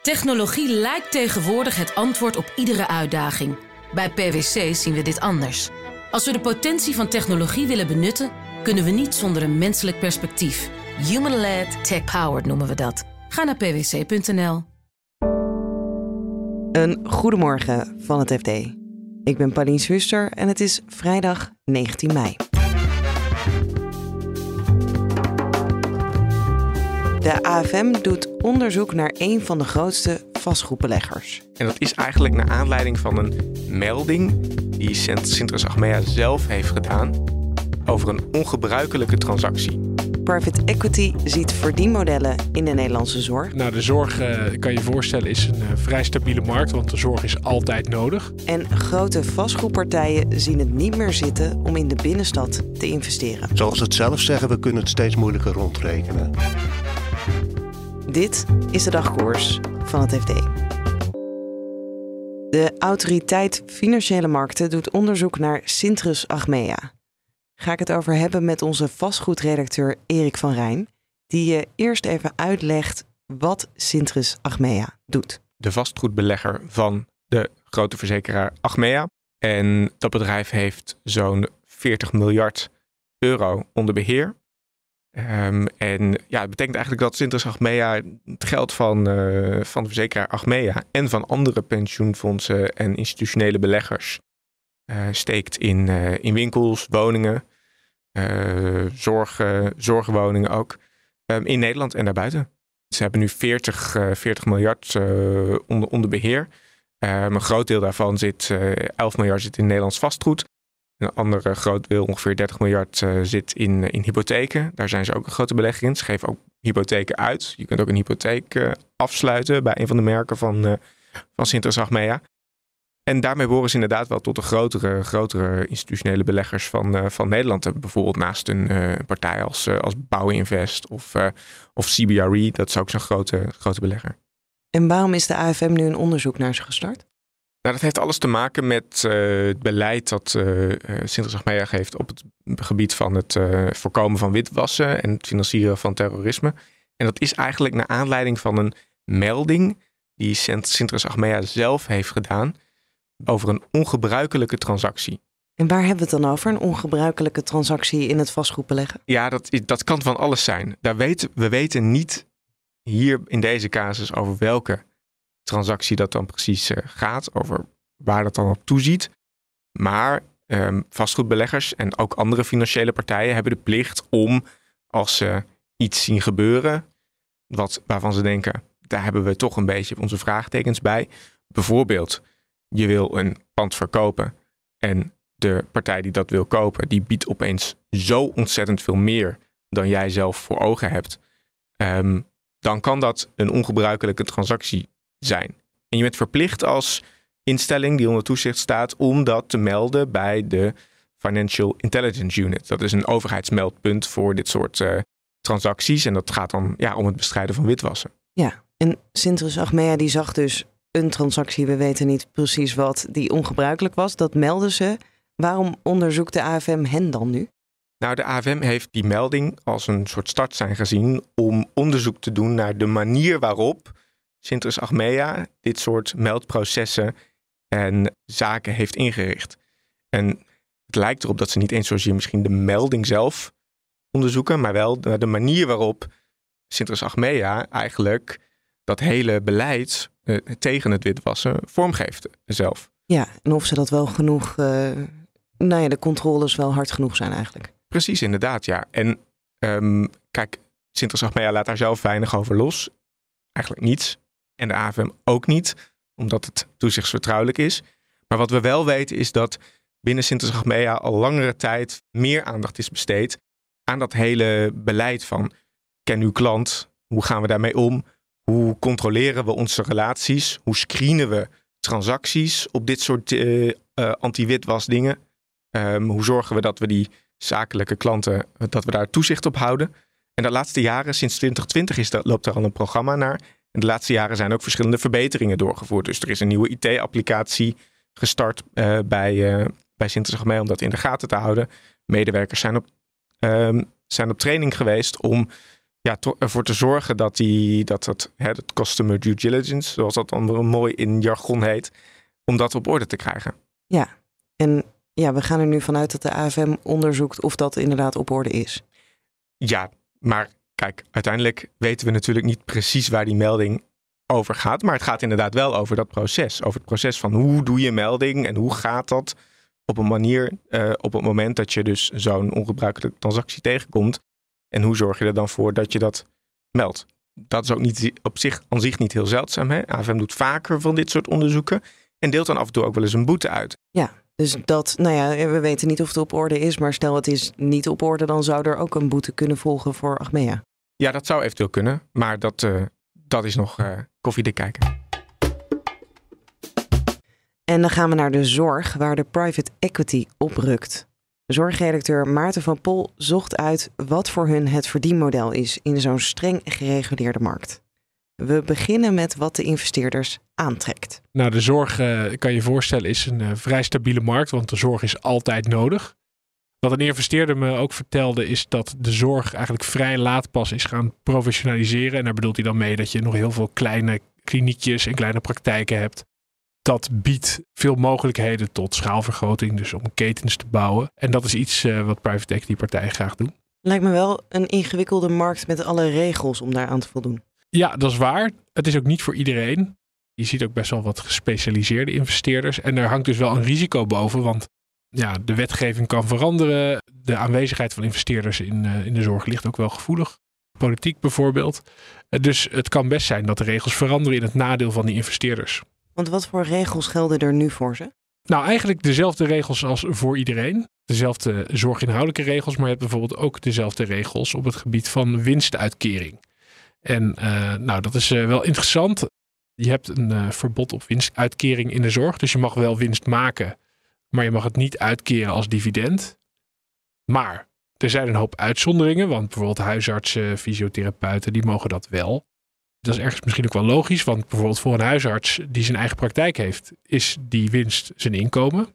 Technologie lijkt tegenwoordig het antwoord op iedere uitdaging. Bij PwC zien we dit anders. Als we de potentie van technologie willen benutten, kunnen we niet zonder een menselijk perspectief. Human-led, tech-powered noemen we dat. Ga naar pwc.nl. Een goedemorgen van het FD. Ik ben Pauline Swuster en het is vrijdag 19 mei. De AFM doet onderzoek naar een van de grootste vastgoedbeleggers. En dat is eigenlijk naar aanleiding van een melding die Centrus Achmea zelf heeft gedaan over een ongebruikelijke transactie. Private equity ziet verdienmodellen in de Nederlandse zorg. Nou, de zorg, kan je voorstellen, is een vrij stabiele markt, want de zorg is altijd nodig. En grote vastgoedpartijen zien het niet meer zitten om in de binnenstad te investeren. Zoals ze het zelf zeggen, we kunnen het steeds moeilijker rondrekenen. Dit is de dagkoers van het FD. De Autoriteit Financiële Markten doet onderzoek naar Centrus Achmea. Ga ik het over hebben met onze vastgoedredacteur Erik van Rijn, die je eerst even uitlegt wat Centrus Achmea doet. De vastgoedbelegger van de grote verzekeraar Achmea. En dat bedrijf heeft zo'n 40 miljard euro onder beheer. En ja, het betekent eigenlijk dat Centrus Achmea het geld van de verzekeraar Achmea en van andere pensioenfondsen en institutionele beleggers steekt in winkels, woningen, zorgwoningen ook, in Nederland en daarbuiten. Ze hebben nu 40 miljard onder beheer. Een groot deel daarvan 11 miljard zit in Nederlands vastgoed. Een ander groot deel, ongeveer 30 miljard, zit in hypotheken. Daar zijn ze ook een grote belegger in. Ze geven ook hypotheken uit. Je kunt ook een hypotheek afsluiten bij een van de merken van Centrus Achmea. En daarmee behoren ze inderdaad wel tot de grotere institutionele beleggers van Nederland. Bijvoorbeeld naast een partij als Bouwinvest of CBRE. Dat is ook zo'n grote belegger. En waarom is de AFM nu een onderzoek naar ze gestart? Nou, dat heeft alles te maken met het beleid dat Centrus Achmea heeft op het gebied van het voorkomen van witwassen en het financieren van terrorisme. En dat is eigenlijk naar aanleiding van een melding die Centrus Achmea zelf heeft gedaan over een ongebruikelijke transactie. En waar hebben we het dan over? Een ongebruikelijke transactie in het vastgoedbeleggen? Ja, dat kan van alles zijn. We weten niet hier in deze casus over welke transactie dat dan precies gaat, over waar dat dan op toeziet. Maar vastgoedbeleggers en ook andere financiële partijen hebben de plicht om, als ze iets zien gebeuren, waarvan ze denken, daar hebben we toch een beetje onze vraagtekens bij. Bijvoorbeeld, je wil een pand verkopen en de partij die dat wil kopen, die biedt opeens zo ontzettend veel meer dan jij zelf voor ogen hebt. Dan kan dat een ongebruikelijke transactie zijn. En je bent verplicht als instelling die onder toezicht staat om dat te melden bij de Financial Intelligence Unit. Dat is een overheidsmeldpunt voor dit soort transacties. En dat gaat dan om het bestrijden van witwassen. Ja, en Centrus Achmea die zag dus een transactie, we weten niet precies wat, die ongebruikelijk was. Dat melden ze. Waarom onderzoekt de AFM hen dan nu? Nou, de AFM heeft die melding als een soort startsein gezien om onderzoek te doen naar de manier waarop Centrus Achmea dit soort meldprocessen en zaken heeft ingericht. En het lijkt erop dat ze niet eens zozeer misschien de melding zelf onderzoeken, maar wel de manier waarop Centrus Achmea eigenlijk dat hele beleid tegen het witwassen vormgeeft zelf. Ja, en of ze dat wel genoeg, de controles wel hard genoeg zijn eigenlijk. Precies, inderdaad, ja. En kijk, Centrus Achmea laat daar zelf weinig over los. Eigenlijk niets. En de AFM ook niet, omdat het toezichtsvertrouwelijk is. Maar wat we wel weten is dat binnen Centrus Achmea al langere tijd meer aandacht is besteed aan dat hele beleid van ken uw klant, hoe gaan we daarmee om, hoe controleren we onze relaties, hoe screenen we transacties op dit soort anti-witwas dingen, hoe zorgen we dat we die zakelijke klanten, dat we daar toezicht op houden. En de laatste jaren, sinds 2020 loopt er al een programma naar. En de laatste jaren zijn ook verschillende verbeteringen doorgevoerd. Dus er is een nieuwe IT-applicatie gestart bij Centrus Achmea om dat in de gaten te houden. Medewerkers zijn op training geweest om ervoor te zorgen dat het customer due diligence, zoals dat dan mooi in jargon heet, om dat op orde te krijgen. Ja, en we gaan er nu vanuit dat de AFM onderzoekt of dat inderdaad op orde is. Ja, maar kijk, uiteindelijk weten we natuurlijk niet precies waar die melding over gaat. Maar het gaat inderdaad wel over dat proces. Over het proces van hoe doe je melding en hoe gaat dat op een manier op het moment dat je dus zo'n ongebruikelijke transactie tegenkomt. En hoe zorg je er dan voor dat je dat meldt? Dat is ook niet aan zich niet heel zeldzaam. Hè? AFM doet vaker van dit soort onderzoeken en deelt dan af en toe ook wel eens een boete uit. Ja, dus we weten niet of het op orde is, maar stel het is niet op orde, dan zou er ook een boete kunnen volgen voor Achmea. Ja, dat zou eventueel kunnen, maar dat is nog koffiedik kijken. En dan gaan we naar de zorg, waar de private equity oprukt. Zorgredacteur Maarten van Pol zocht uit wat voor hun het verdienmodel is in zo'n streng gereguleerde markt. We beginnen met wat de investeerders aantrekt. Nou, de zorg, kan je voorstellen, is een vrij stabiele markt, want de zorg is altijd nodig. Wat een investeerder me ook vertelde is dat de zorg eigenlijk vrij laat pas is gaan professionaliseren. En daar bedoelt hij dan mee dat je nog heel veel kleine kliniekjes en kleine praktijken hebt. Dat biedt veel mogelijkheden tot schaalvergroting, dus om ketens te bouwen. En dat is iets wat private equity partijen graag doen. Lijkt me wel een ingewikkelde markt met alle regels om daar aan te voldoen. Ja, dat is waar. Het is ook niet voor iedereen. Je ziet ook best wel wat gespecialiseerde investeerders. En er hangt dus wel een risico boven, want de wetgeving kan veranderen. De aanwezigheid van investeerders in de zorg ligt ook wel gevoelig. Politiek bijvoorbeeld. Dus het kan best zijn dat de regels veranderen in het nadeel van die investeerders. Want wat voor regels gelden er nu voor ze? Nou, eigenlijk dezelfde regels als voor iedereen. Dezelfde zorginhoudelijke regels, maar je hebt bijvoorbeeld ook dezelfde regels op het gebied van winstuitkering. En dat is wel interessant. Je hebt een verbod op winstuitkering in de zorg. Dus je mag wel winst maken, maar je mag het niet uitkeren als dividend. Maar er zijn een hoop uitzonderingen, want bijvoorbeeld huisartsen, fysiotherapeuten, die mogen dat wel. Dat is ergens misschien ook wel logisch, want bijvoorbeeld voor een huisarts die zijn eigen praktijk heeft, is die winst zijn inkomen.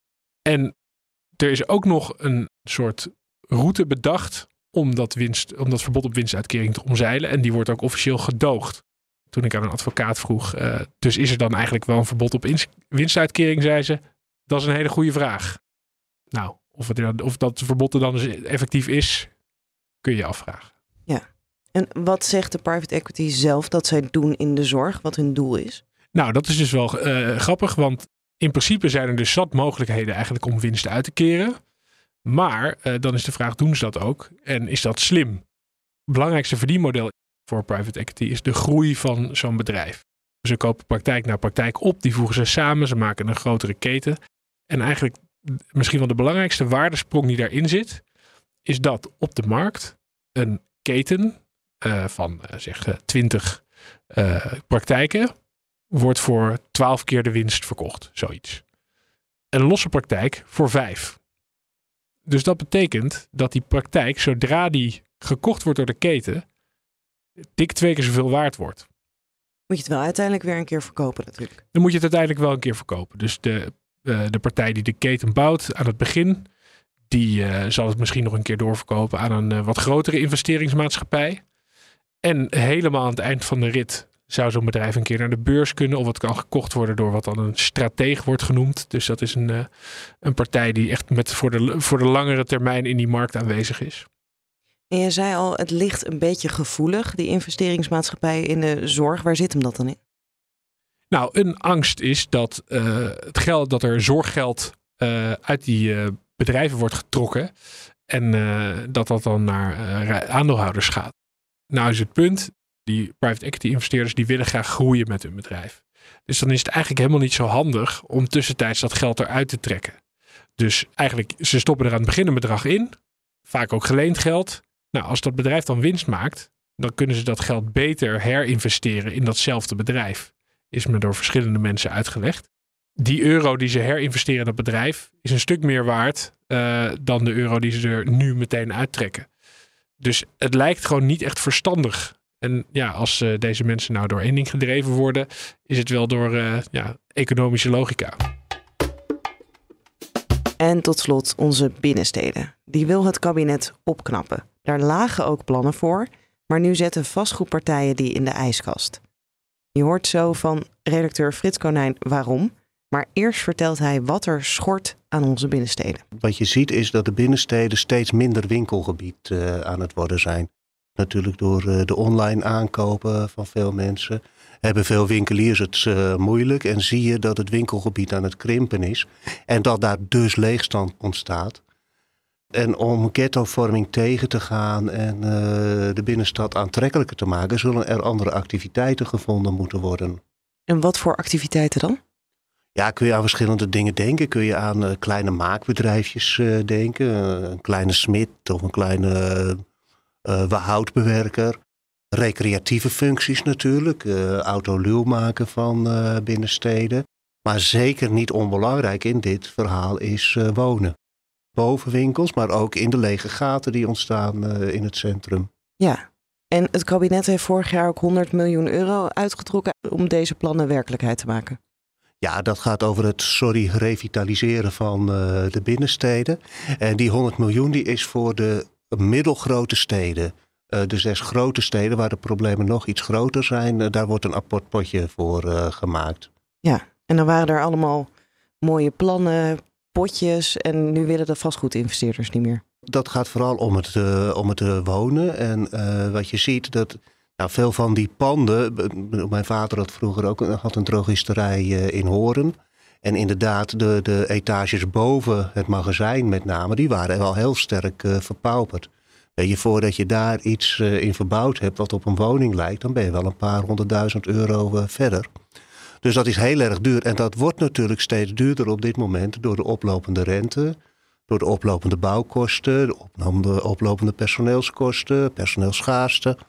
En er is ook nog een soort route bedacht om dat verbod op winstuitkering te omzeilen. En die wordt ook officieel gedoogd. Toen ik aan een advocaat vroeg, dus is er dan eigenlijk wel een verbod op winstuitkering, zei ze, dat is een hele goede vraag. Nou, of dat verbod er dan dus effectief is, kun je afvragen. Ja. En wat zegt de private equity zelf dat zij doen in de zorg, wat hun doel is? Nou, dat is dus wel grappig, want in principe zijn er dus zat mogelijkheden eigenlijk om winst uit te keren. Maar dan is de vraag, doen ze dat ook? En is dat slim? Het belangrijkste verdienmodel voor private equity is de groei van zo'n bedrijf. Ze kopen praktijk na praktijk op, die voegen ze samen, ze maken een grotere keten. En eigenlijk misschien wel de belangrijkste waardesprong die daarin zit, is dat op de markt een keten van 20 praktijken wordt voor 12 keer de winst verkocht, zoiets. Een losse praktijk voor 5. Dus dat betekent dat die praktijk, zodra die gekocht wordt door de keten, dik 2 keer zoveel waard wordt. Moet je het wel uiteindelijk weer een keer verkopen natuurlijk. Dan moet je het uiteindelijk wel een keer verkopen. Dus de partij die de keten bouwt aan het begin, die zal het misschien nog een keer doorverkopen aan een wat grotere investeringsmaatschappij. En helemaal aan het eind van de rit zou zo'n bedrijf een keer naar de beurs kunnen. Of het kan gekocht worden door wat dan een strateeg wordt genoemd. Dus dat is een partij die echt voor de langere termijn in die markt aanwezig is. En je zei al, het ligt een beetje gevoelig, die investeringsmaatschappijen in de zorg. Waar zit hem dat dan in? Nou, een angst is dat dat er zorggeld uit die bedrijven wordt getrokken. En dat dan naar aandeelhouders gaat. Nou is het punt, die private equity investeerders die willen graag groeien met hun bedrijf. Dus dan is het eigenlijk helemaal niet zo handig om tussentijds dat geld eruit te trekken. Dus eigenlijk, ze stoppen er aan het begin een bedrag in. Vaak ook geleend geld. Nou, als dat bedrijf dan winst maakt, dan kunnen ze dat geld beter herinvesteren in datzelfde bedrijf. Is me door verschillende mensen uitgelegd. Die euro die ze herinvesteren in dat bedrijf is een stuk meer waard dan de euro die ze er nu meteen uittrekken. Dus het lijkt gewoon niet echt verstandig. En ja, als deze mensen nou door één ding gedreven worden, is het wel door economische logica. En tot slot onze binnensteden. Die wil het kabinet opknappen. Daar lagen ook plannen voor, Maar nu zetten vastgoedpartijen die in de ijskast. Je hoort zo van redacteur Frits Konijn waarom. Maar eerst vertelt hij wat er schort aan onze binnensteden. Wat je ziet is dat de binnensteden steeds minder winkelgebied aan het worden zijn. Natuurlijk door de online aankopen van veel mensen. Hebben veel winkeliers het moeilijk en zie je dat het winkelgebied aan het krimpen is. En dat daar dus leegstand ontstaat. En om ghettovorming tegen te gaan en de binnenstad aantrekkelijker te maken, zullen er andere activiteiten gevonden moeten worden. En wat voor activiteiten dan? Ja, kun je aan verschillende dingen denken. Kun je aan kleine maakbedrijfjes denken. Een kleine smid of een kleine houtbewerker. Recreatieve functies natuurlijk. Autoluw maken van binnensteden. Maar zeker niet onbelangrijk in dit verhaal is wonen. Bovenwinkels, maar ook in de lege gaten die ontstaan in het centrum. Ja, en het kabinet heeft vorig jaar ook 100 miljoen euro uitgetrokken om deze plannen werkelijkheid te maken. Ja, dat gaat over het revitaliseren van de binnensteden. En die 100 miljoen die is voor de middelgrote steden. De 6 grote steden waar de problemen nog iets groter zijn, daar wordt een apart potje voor gemaakt. Ja, en dan waren er allemaal mooie plannen, potjes en nu willen de vastgoedinvesteerders niet meer. Dat gaat vooral om het wonen. En wat je ziet, dat veel van die panden, mijn vader had vroeger ook een drogisterij in Hoorn. En inderdaad, de etages boven het magazijn met name, die waren wel heel sterk verpauperd. Weet je, voordat je daar iets in verbouwd hebt wat op een woning lijkt, dan ben je wel een paar 100.000 euro verder. Dus dat is heel erg duur. En dat wordt natuurlijk steeds duurder op dit moment door de oplopende rente, door de oplopende bouwkosten, de oplopende personeelskosten, personeelsschaarste.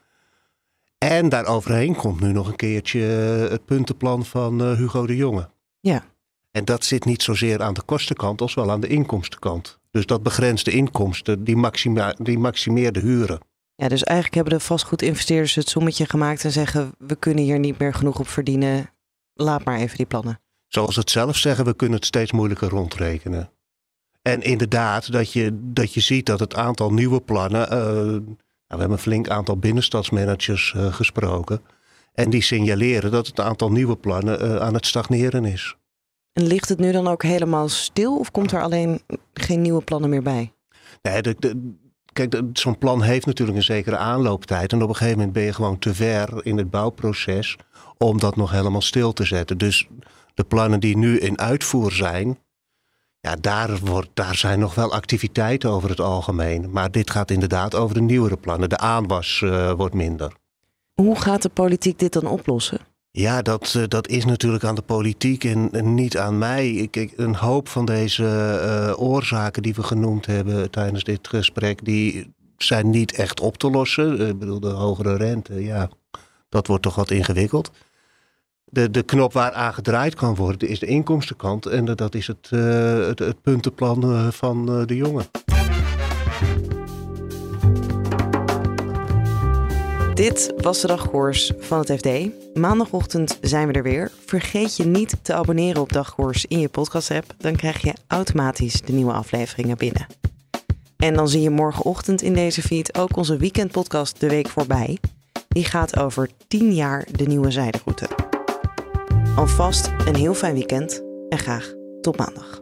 En daaroverheen komt nu nog een keertje het puntenplan van Hugo de Jonge. Ja. En dat zit niet zozeer aan de kostenkant als wel aan de inkomstenkant. Dus dat begrenst de inkomsten, die maximeert de huren. Ja, dus eigenlijk hebben de vastgoedinvesteerders het sommetje gemaakt en zeggen, we kunnen hier niet meer genoeg op verdienen. Laat maar even die plannen. Zoals ze het zelf zeggen, we kunnen het steeds moeilijker rondrekenen. En inderdaad, dat je ziet dat het aantal nieuwe plannen, we hebben een flink aantal binnenstadsmanagers gesproken. En die signaleren dat het aantal nieuwe plannen aan het stagneren is. En ligt het nu dan ook helemaal stil of komt er alleen geen nieuwe plannen meer bij? Nee, kijk, zo'n plan heeft natuurlijk een zekere aanlooptijd. En op een gegeven moment ben je gewoon te ver in het bouwproces om dat nog helemaal stil te zetten. Dus de plannen die nu in uitvoer zijn, ja, daar zijn nog wel activiteiten over het algemeen. Maar dit gaat inderdaad over de nieuwere plannen. De aanwas wordt minder. Hoe gaat de politiek dit dan oplossen? Ja, dat is natuurlijk aan de politiek en niet aan mij. Kijk, een hoop van deze oorzaken die we genoemd hebben tijdens dit gesprek, die zijn niet echt op te lossen. Ik bedoel, de hogere rente, ja, dat wordt toch wat ingewikkeld. De knop waar aan gedraaid kan worden is de inkomstenkant. En dat is het puntenplan van de Jonge. Dit was de dagkoers van het FD. Maandagochtend zijn we er weer. Vergeet je niet te abonneren op Dagkoers in je podcast-app. Dan krijg je automatisch de nieuwe afleveringen binnen. En dan zie je morgenochtend in deze feed ook onze weekendpodcast De Week Voorbij. Die gaat over 10 jaar de nieuwe zijderoute. Alvast een heel fijn weekend en graag tot maandag.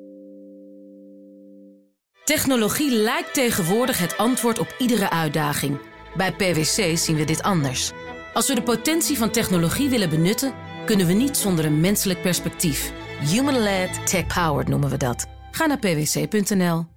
Technologie lijkt tegenwoordig het antwoord op iedere uitdaging. Bij PwC zien we dit anders. Als we de potentie van technologie willen benutten, kunnen we niet zonder een menselijk perspectief. Human-led, tech-powered noemen we dat. Ga naar pwc.nl.